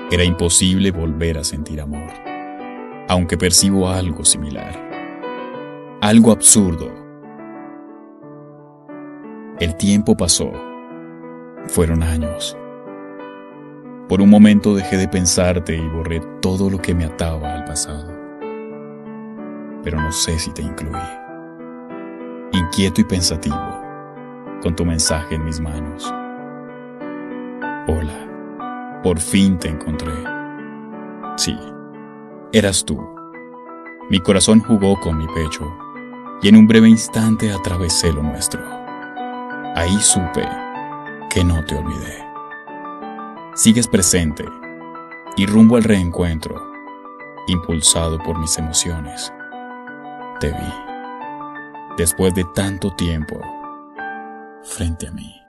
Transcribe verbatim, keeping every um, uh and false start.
Era imposible volver a sentir amor, aunque percibo algo similar. Algo absurdo. El tiempo pasó. Fueron años. Por un momento dejé de pensarte y borré todo lo que me ataba al pasado. Pero no sé si te incluí. Inquieto y pensativo, con tu mensaje en mis manos. Hola, por fin te encontré. Sí, eras tú. Mi corazón jugó con mi pecho y en un breve instante atravesé lo nuestro. Ahí supe que no te olvidé. Sigues presente y rumbo al reencuentro, impulsado por mis emociones. Te vi, después de tanto tiempo, frente a mí.